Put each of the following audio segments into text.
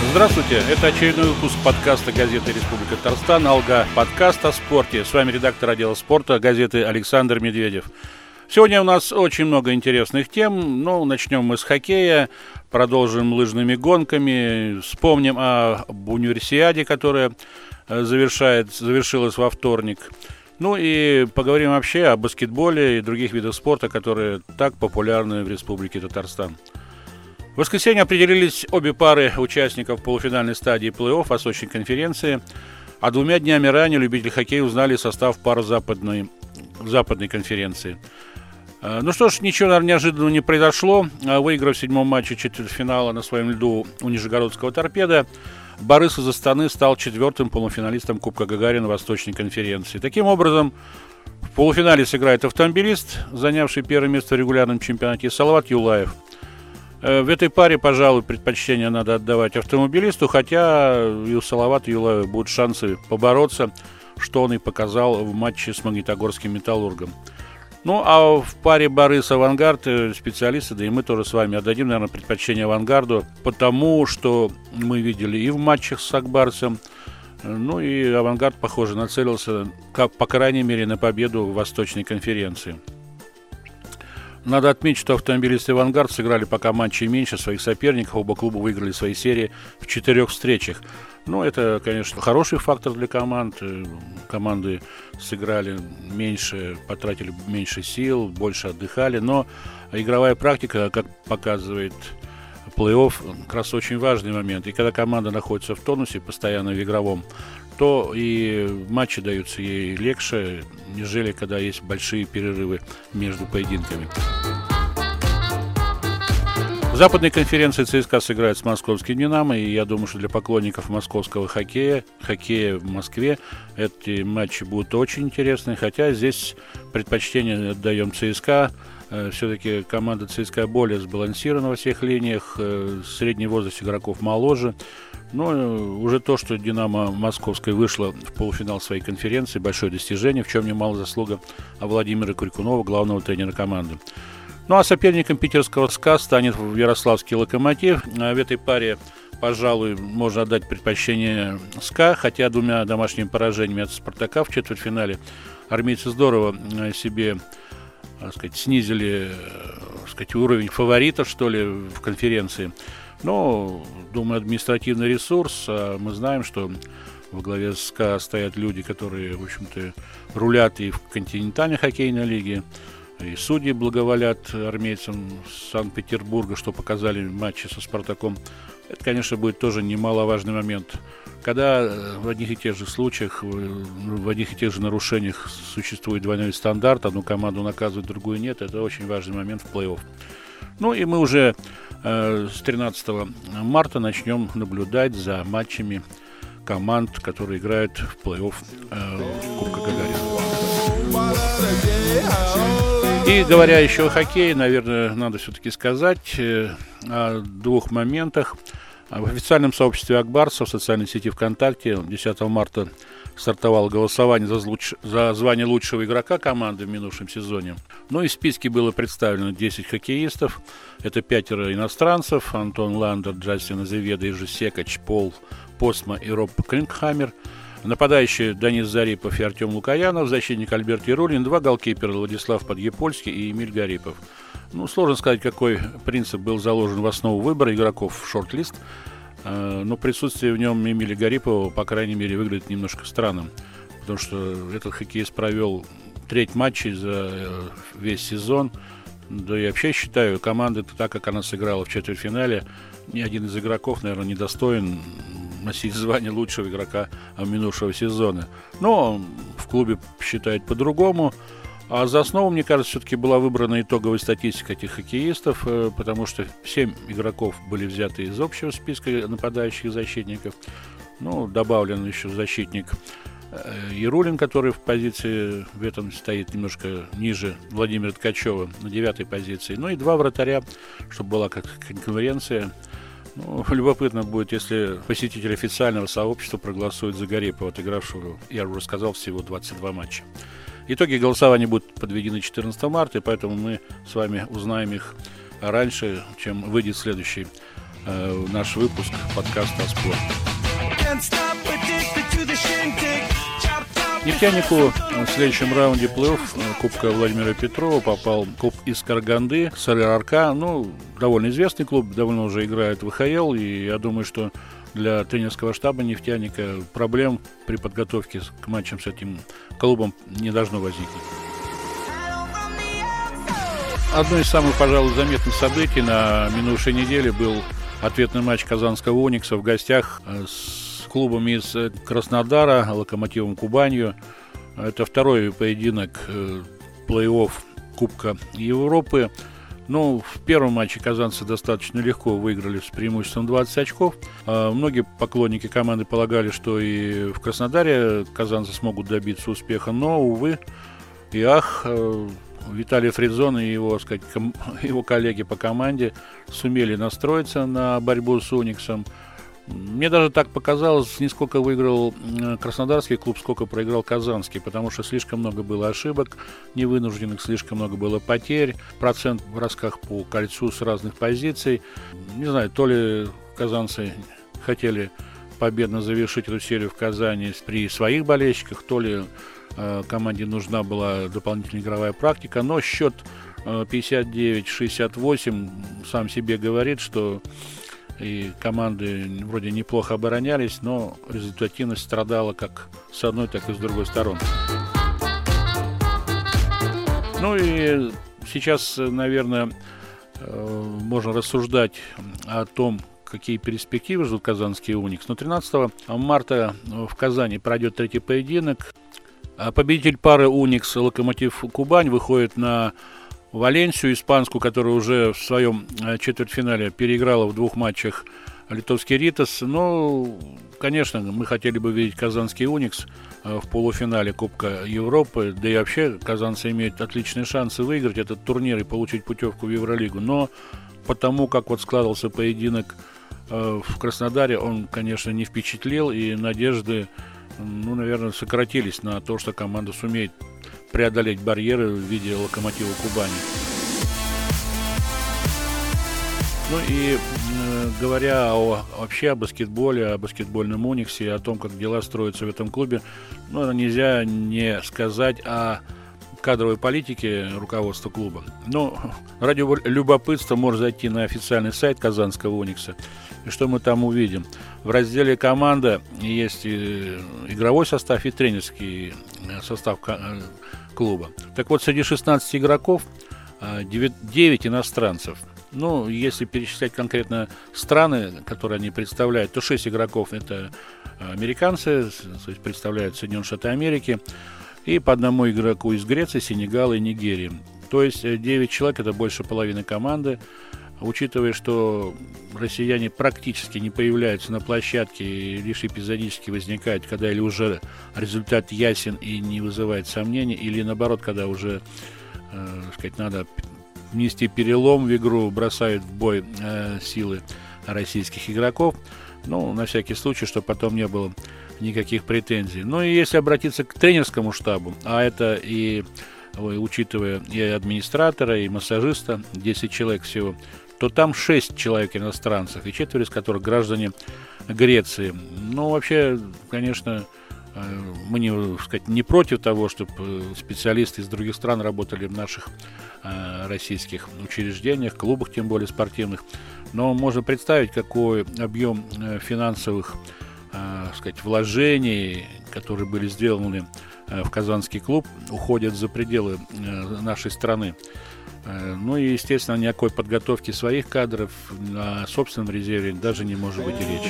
Здравствуйте, это очередной выпуск подкаста газеты «Республика Татарстан» «Алга». Подкаст о спорте. С вами редактор отдела спорта газеты Александр Медведев. Сегодня у нас очень много интересных тем. Начнем мы с хоккея, продолжим лыжными гонками, вспомним об универсиаде, которая завершилась во вторник. И поговорим вообще о баскетболе и других видах спорта, которые так популярны в Республике Татарстан. В воскресенье определились обе пары участников полуфинальной стадии плей-офф Восточной конференции, а 2 днями ранее любители хоккея узнали состав пар западной конференции. Ничего, наверное, неожиданного не произошло. Выиграв в 7-м матче четвертьфинала на своем льду у Нижегородского «Торпедо», Борис из Астаны стал 4-м полуфиналистом Кубка Гагарина Восточной конференции. Таким образом, в полуфинале сыграет автомобилист, занявший первое место в регулярном чемпионате, и Салават Юлаев. В этой паре, пожалуй, предпочтение надо отдавать автомобилисту, хотя и у Салавата Юлаева будут шансы побороться, что он и показал в матче с Магнитогорским «Металлургом». А в паре Борис-Авангард специалисты, да и мы тоже с вами отдадим, наверное, предпочтение «Авангарду», потому что мы видели и в матчах с Акбарсом, и «Авангард», похоже, нацелился, по крайней мере, на победу в Восточной конференции. Надо отметить, что автомобилисты «Авангард» сыграли пока матчей меньше своих соперников. Оба клуба выиграли свои серии в 4 встречах. Это, конечно, хороший фактор для команд. Команды сыграли меньше, потратили меньше сил, больше отдыхали. Но игровая практика, как показывает плей-офф, как раз очень важный момент. И когда команда находится в тонусе, постоянно в игровом, то и матчи даются ей легче, нежели когда есть большие перерывы между поединками. В западной конференции ЦСКА сыграет с московским «Динамо», и я думаю, что для поклонников московского хоккея в Москве, эти матчи будут очень интересны, хотя здесь предпочтение отдаем ЦСКА. Все-таки команда ЦСКА более сбалансирована во всех линиях, средний возраст игроков моложе. Уже то, что «Динамо» Московская вышла в полуфинал своей конференции, большое достижение, в чем немало заслуга Владимира Крикунова, главного тренера команды. А соперником питерского СКА станет Ярославский «Локомотив». В этой паре, пожалуй, можно отдать предпочтение СКА, хотя 2 домашними поражениями от «Спартака» в четвертьфинале армейцы здорово себе, снизили, уровень фаворита, в конференции. Думаю, административный ресурс. Мы знаем, что во главе СКА стоят люди, которые, в общем-то, рулят и в континентальной хоккейной лиге, и судьи благоволят армейцам Санкт-Петербурга, что показали матчи со «Спартаком». Это, конечно, будет тоже немаловажный момент. Когда в одних и тех же случаях, в одних и тех же нарушениях существует двойной стандарт, одну команду наказывают, другую нет, это очень важный момент в плей-офф. И мы уже с 13 марта начнем наблюдать за матчами команд, которые играют в плей-офф Кубка Гагарина. И говоря еще о хоккее, наверное, надо все-таки сказать о 2 моментах. В официальном сообществе Акбарса в социальной сети ВКонтакте 10 марта стартовало голосование за звание лучшего игрока команды в минувшем сезоне. И в списке было представлено 10 хоккеистов. Это 5 иностранцев: Антон Ландер, Джастин Азеведо, Ижи Секач, Пол Постма и Роб Клинкхаммер. Нападающие Данис Зарипов и Артем Лукаянов, защитник Альберт Ярулин, 2 голкипера Владислав Подъепольский и Эмиль Гарипов. Сложно сказать, какой принцип был заложен в основу выбора игроков в шорт-лист, но присутствие в нем Эмиля Гарипова, по крайней мере, выглядит немножко странным, потому что этот хоккеист провел 3 матчей за весь сезон. Да и вообще считаю, команда, так как она сыграла в четвертьфинале, ни один из игроков, наверное, не достоин носить звание лучшего игрока минувшего сезона. Но в клубе считают по-другому. А за основу, мне кажется, все-таки была выбрана итоговая статистика этих хоккеистов, потому что 7 игроков были взяты из общего списка нападающих защитников. Добавлен еще защитник Ярулин, который в позиции в этом стоит немножко ниже Владимира Ткачева, на 9-й позиции. И 2 вратаря, чтобы была как конкуренция. Любопытно будет, если посетители официального сообщества проголосуют за Гарипова, отыгравшего, я уже сказал, всего 22 матча. Итоги голосования будут подведены 14 марта, и поэтому мы с вами узнаем их раньше, чем выйдет следующий наш выпуск подкаста о спорте. Нефтянику в следующем раунде плей-офф Кубка Владимира Петрова попал клуб из Караганды, СРРК. Довольно известный клуб, давно уже играет в ВХЛ, и я думаю, что для тренерского штаба «Нефтяника» проблем при подготовке к матчам с этим клубом не должно возникнуть. Одно из самых, пожалуй, заметных событий на минувшей неделе был ответный матч казанского «Уникса» в гостях с клубом из Краснодара, Локомотивом Кубанью. Это второй поединок плей-офф Кубка Европы. В первом матче казанцы достаточно легко выиграли с преимуществом 20 очков. Многие поклонники команды полагали, что и в Краснодаре казанцы смогут добиться успеха, но, увы и ах, Виталий Фридзон и его коллеги по команде сумели настроиться на борьбу с «Униксом». Мне даже так показалось, не сколько выиграл краснодарский клуб, сколько проиграл казанский, потому что слишком много было ошибок невынужденных, слишком много было потерь, процент в бросках по кольцу с разных позиций. Не знаю, то ли казанцы хотели победно завершить эту серию в Казани при своих болельщиках, то ли команде нужна была дополнительная игровая практика, но счет 59-68 сам себе говорит, что и команды вроде неплохо оборонялись, но результативность страдала как с одной, так и с другой стороны. И сейчас, наверное, можно рассуждать о том, какие перспективы ждут казанский «Уникс». 13 марта в Казани пройдет третий поединок. Победитель пары «Уникс» Локомотив Кубань выходит на Валенсию, испанскую, которая уже в своем четвертьфинале переиграла в двух матчах литовский «Ритас». Конечно, мы хотели бы видеть казанский «Уникс» в полуфинале Кубка Европы, да и вообще казанцы имеют отличные шансы выиграть этот турнир и получить путевку в Евролигу. Но потому как складывался поединок в Краснодаре, он, конечно, не впечатлил, и надежды, наверное, сократились на то, что команда сумеет преодолеть барьеры в виде Локомотива Кубани. Говоря вообще о баскетболе, о баскетбольном «Униксе», о том, как дела строятся в этом клубе, нельзя не сказать о кадровой политике руководства клуба. Ради любопытства можно зайти на официальный сайт казанского «Уникса». И что мы там увидим? В разделе «Команда» есть игровой состав и тренерский состав клуба. Так вот, среди 16 игроков 9 иностранцев. Если перечислять конкретно страны, которые они представляют, то 6 игроков – это американцы, то есть представляют Соединенные Штаты Америки, и по одному игроку из Греции, Сенегала и Нигерии. То есть 9 человек – это больше половины команды. Учитывая, что россияне практически не появляются на площадке и лишь эпизодически возникают, когда или уже результат ясен и не вызывает сомнений, или наоборот, когда уже, надо внести перелом в игру, бросают в бой силы российских игроков. На всякий случай, чтобы потом не было никаких претензий. И если обратиться к тренерскому штабу, а это и учитывая и администратора, и массажиста, 10 человек всего, то там 6 человек иностранцев, и 4 из которых граждане Греции. Вообще, конечно, мы не против того, чтобы специалисты из других стран работали в наших российских учреждениях, клубах, тем более спортивных. Но можно представить, какой объем финансовых вложений, которые были сделаны в казанский клуб, уходят за пределы нашей страны. И, естественно, никакой подготовки своих кадров на собственном резерве даже не может быть и речи.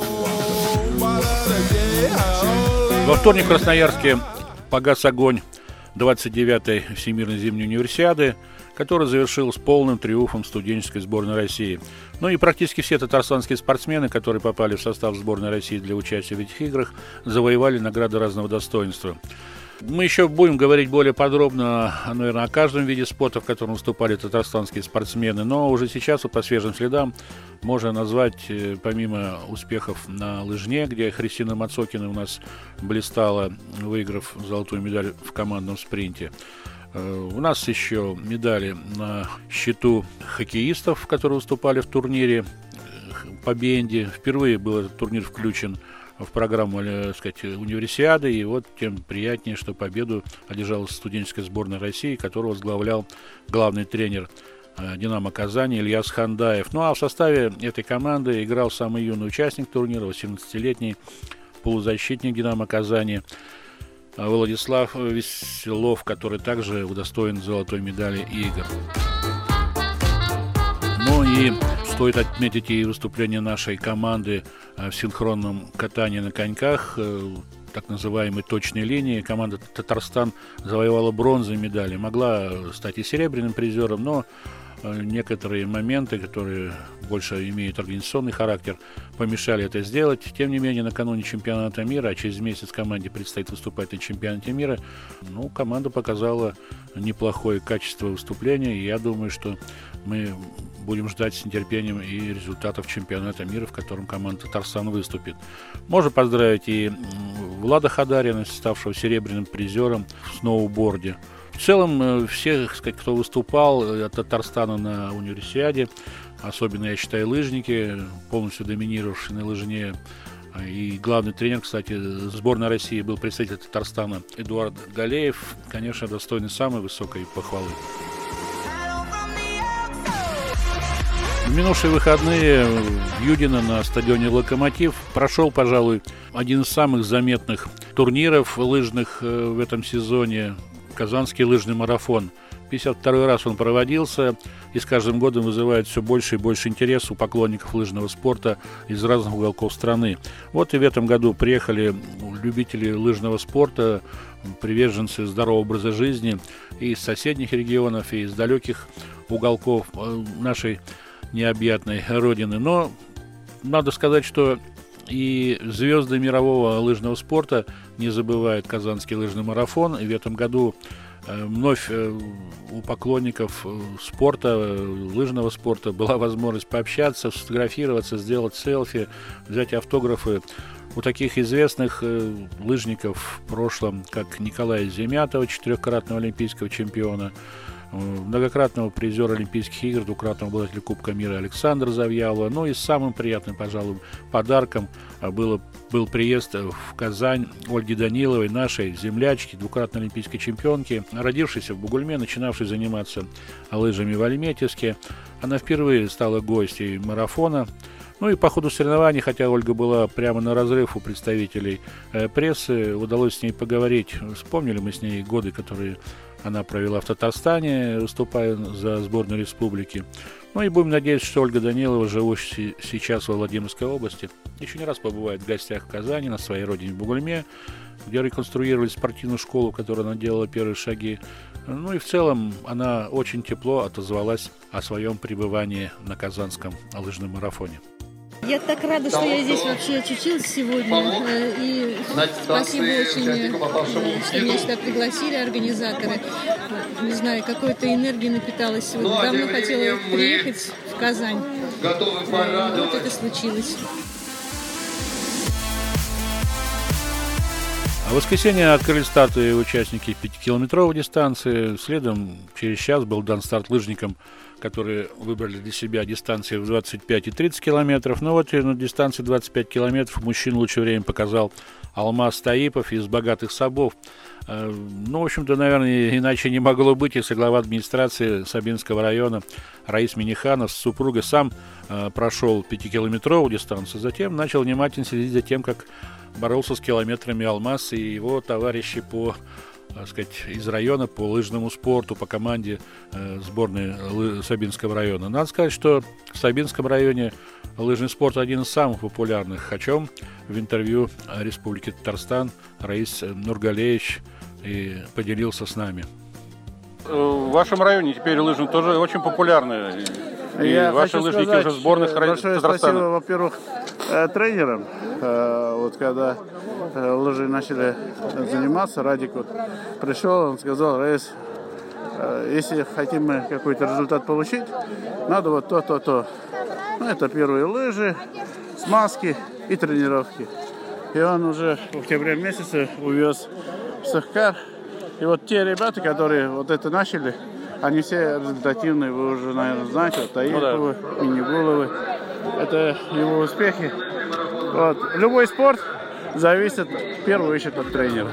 Во вторник в Красноярске погас огонь 29-й Всемирной зимней универсиады, который завершилась полным триумфом студенческой сборной России. И практически все татарстанские спортсмены, которые попали в состав сборной России для участия в этих играх, завоевали награды разного достоинства. Мы еще будем говорить более подробно, наверное, о каждом виде спорта, в котором выступали татарстанские спортсмены, но уже сейчас по свежим следам можно назвать, помимо успехов на лыжне, где Христина Мацокина у нас блистала, выиграв золотую медаль в командном спринте, у нас еще медали на счету хоккеистов, которые выступали в турнире по бенди. Впервые был этот турнир включен в программу, так сказать, универсиады, и вот тем приятнее, что победу одержала студенческая сборная России, которую возглавлял главный тренер «Динамо Казани» Ильяс Хандаев. Ну а в составе этой команды играл самый юный участник турнира, 18-летний полузащитник «Динамо Казани» Владислав Веселов, который также удостоен золотой медали игр. Ну и стоит отметить и выступление нашей команды в синхронном катании на коньках, так называемой точной линии. Команда «Татарстан» завоевала бронзовые медали, могла стать и серебряным призером, но некоторые моменты, которые больше имеют организационный характер, помешали это сделать. Тем не менее, накануне чемпионата мира, а через месяц команде предстоит выступать на чемпионате мира, команда показала неплохое качество выступления, и я думаю, что мы будем ждать с нетерпением и результатов чемпионата мира, в котором команда «Татарстан» выступит. Можно поздравить и Влада Хадарина, ставшего серебряным призером в сноуборде. В целом, все, кто выступал от Татарстана на универсиаде, особенно, я считаю, лыжники, полностью доминировавшие на лыжне, и главный тренер, кстати, сборной России был представитель Татарстана Эдуард Галеев, конечно, достойный самой высокой похвалы. В минувшие выходные в Юдино на стадионе «Локомотив» прошел, пожалуй, один из самых заметных турниров лыжных в этом сезоне – Казанский лыжный марафон. 52-й раз он проводился и с каждым годом вызывает все больше и больше интерес у поклонников лыжного спорта из разных уголков страны. Вот и в этом году приехали любители лыжного спорта, приверженцы здорового образа жизни и из соседних регионов, и из далеких уголков нашей необъятной родины. Но надо сказать, что и звезды мирового лыжного спорта не забывают Казанский лыжный марафон. И в этом году вновь у поклонников спорта, лыжного спорта, была возможность пообщаться, сфотографироваться, сделать селфи, взять автографы у таких известных лыжников в прошлом, как Николая Земятова, четырехкратного олимпийского чемпиона, многократного призера Олимпийских игр, двукратного обладателя Кубка мира Александра Завьялова. Ну и самым приятным, пожалуй, подарком был приезд в Казань Ольги Даниловой, нашей землячки, двукратной олимпийской чемпионки, родившейся в Бугульме, начинавшей заниматься лыжами в Альметьевске. Она впервые стала гостьей марафона. Ну и по ходу соревнований, хотя Ольга была прямо на разрыв у представителей прессы, удалось с ней поговорить. Вспомнили мы с ней годы, которые она провела в Татарстане, выступая за сборную республики. Ну и будем надеяться, что Ольга Данилова, живущая сейчас во Владимирской области, еще не раз побывает в гостях в Казани, на своей родине в Бугульме, где реконструировали спортивную школу, в которой она делала первые шаги. Ну и в целом она очень тепло отозвалась о своем пребывании на Казанском лыжном марафоне. Я так рада, что я здесь вообще очутилась сегодня. И спасибо очень, что меня сюда пригласили организаторы. Не знаю, какой-то энергией напиталась сегодня. Давно хотела приехать в Казань. Вот это случилось. А в воскресенье открыли старты участники 5-километровой дистанции. Следом через час был дан старт лыжникам, которые выбрали для себя дистанции в 25 и 30 километров. Но вот и на дистанции 25 километров мужчин лучшее время показал Алмаз Таипов из Богатых Собов. Ну, в общем-то, наверное, иначе не могло быть, если глава администрации Сабинского района Раис Миниханов с супругой сам прошел 5-километровую дистанцию, затем начал внимательно следить за тем, как боролся с километрами Алмаз и его товарищи по, так сказать, из района по лыжному спорту, по команде сборной Сабинского района. Надо сказать, что в Сабинском районе лыжный спорт один из самых популярных, о чем в интервью Республики Татарстан Раис Нургалеевич и поделился с нами. В вашем районе теперь лыжи тоже очень популярны. И ваши лыжники уже в сборных большое спасибо, во-первых, тренерам. Вот когда лыжи начали заниматься, Радик вот пришел, он сказал: Раис, если хотим мы какой-то результат получить, надо вот то. Ну, это первые лыжи, смазки и тренировки. И он уже в октябре месяце увез в Сахкар. И вот те ребята, которые вот это начали, они все результативные, вы уже, наверное, знаете, вот Таиповы, Минигуловы, это его успехи. Вот. Любой спорт зависит в первую очередь от тренера.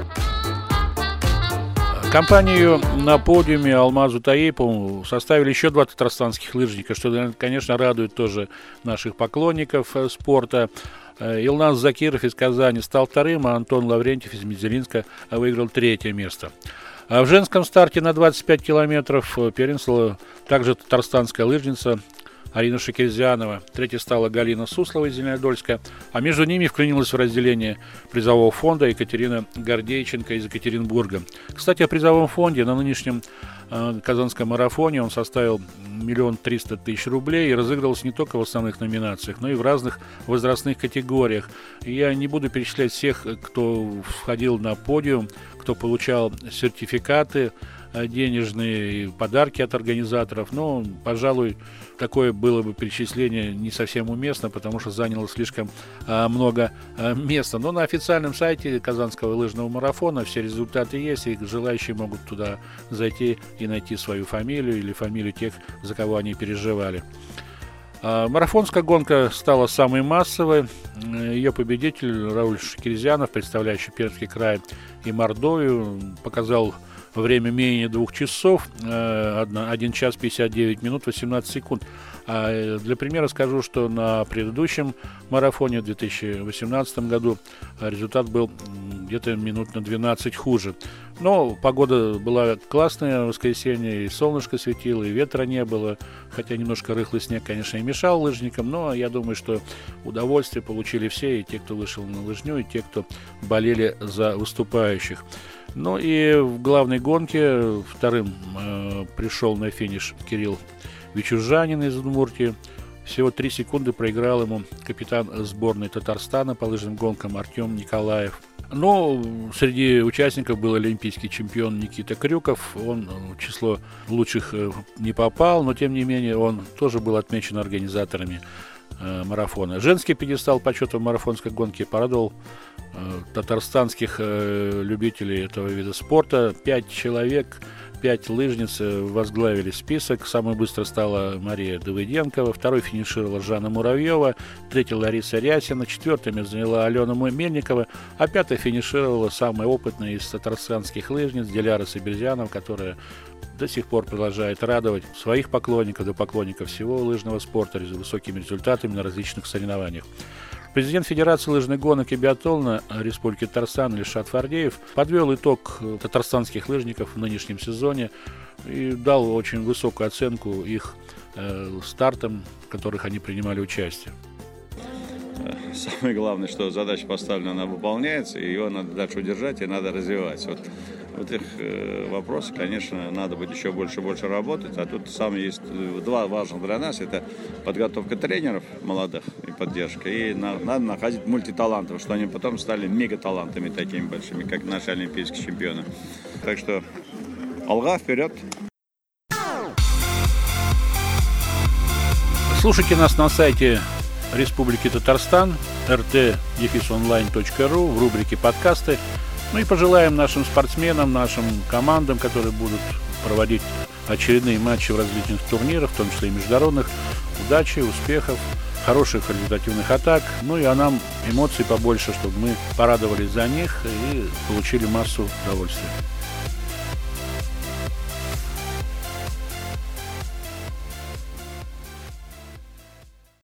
Компанию на подиуме Алмазу Таипову составили еще 2 татарстанских лыжника, что, конечно, радует тоже наших поклонников спорта. Илназ Закиров из Казани стал 2-м, а Антон Лаврентьев из Мензелинска выиграл 3-е место. В женском старте на 25 километров первенствовала также татарстанская лыжница Арина Шакирзянова. 3-й стала Галина Суслова из Зеленодольска, а между ними вклинилась в разделение призового фонда Екатерина Гордейченко из Екатеринбурга. Кстати, о призовом фонде на нынешнем казанском марафоне он составил 1 300 000 рублей и разыгрывался не только в основных номинациях, но и в разных возрастных категориях. Я не буду перечислять всех, кто входил на подиум, кто получал сертификаты денежные, подарки от организаторов, но, пожалуй, такое было бы перечисление не совсем уместно, потому что заняло слишком много места. Но на официальном сайте Казанского лыжного марафона все результаты есть, и желающие могут туда зайти и найти свою фамилию или фамилию тех, за кого они переживали. Марафонская гонка стала самой массовой. Ее победитель Рауль Шакирзянов, представляющий Пермский край и Мордовию, показал время менее 2 часов, 1 час 59 минут 18 секунд. А для примера скажу, что на предыдущем марафоне в 2018 году результат был где-то минут на 12 хуже. Но погода была классная в воскресенье, и солнышко светило, и ветра не было. Хотя немножко рыхлый снег, конечно, и мешал лыжникам, но я думаю, что удовольствие получили все, и те, кто вышел на лыжню, и те, кто болели за выступающих. Ну и в главной гонке 2-м пришел на финиш Кирилл Вичужанин из Удмуртии. Всего 3 секунды проиграл ему капитан сборной Татарстана по лыжным гонкам Артем Николаев. Но среди участников был олимпийский чемпион Никита Крюков. Он в число лучших не попал, но тем не менее он тоже был отмечен организаторами марафона. Женский пьедестал почета в марафонской гонке порадовал татарстанских любителей этого вида спорта. 5 человек, 5 лыжниц возглавили список. Самой быстро стала Мария Давыденкова, 2-й финишировала Жанна Муравьева, 3-й Лариса Рясина, 4-м заняла Алена Мельникова, а 5-й финишировала самая опытная из татарстанских лыжниц Диляра Сабирзянова, которая до сих пор продолжает радовать своих поклонников, да поклонников всего лыжного спорта высокими результатами на различных соревнованиях. Президент Федерации лыжных гонок и биатлона Республики Татарстан Ильшат Фардеев подвел итог татарстанских лыжников в нынешнем сезоне и дал очень высокую оценку их стартам, в которых они принимали участие. Самое главное, что задача поставлена, она выполняется, и ее надо дальше удержать и надо развивать. Вот их вопросы, конечно, надо будет еще больше и больше работать. А тут самое есть 2 важных для нас. Это подготовка тренеров молодых и поддержка. И надо находить мультиталантов, что они потом стали мегаталантами такими большими, как наши олимпийские чемпионы. Так что алга, вперед! Слушайте нас на сайте Республики Татарстан, rt-online.ru в рубрике «Подкасты». Ну и пожелаем нашим спортсменам, нашим командам, которые будут проводить очередные матчи в различных турнирах, в том числе и международных, удачи, успехов, хороших результативных атак. Ну и а нам эмоций побольше, чтобы мы порадовались за них и получили массу удовольствия.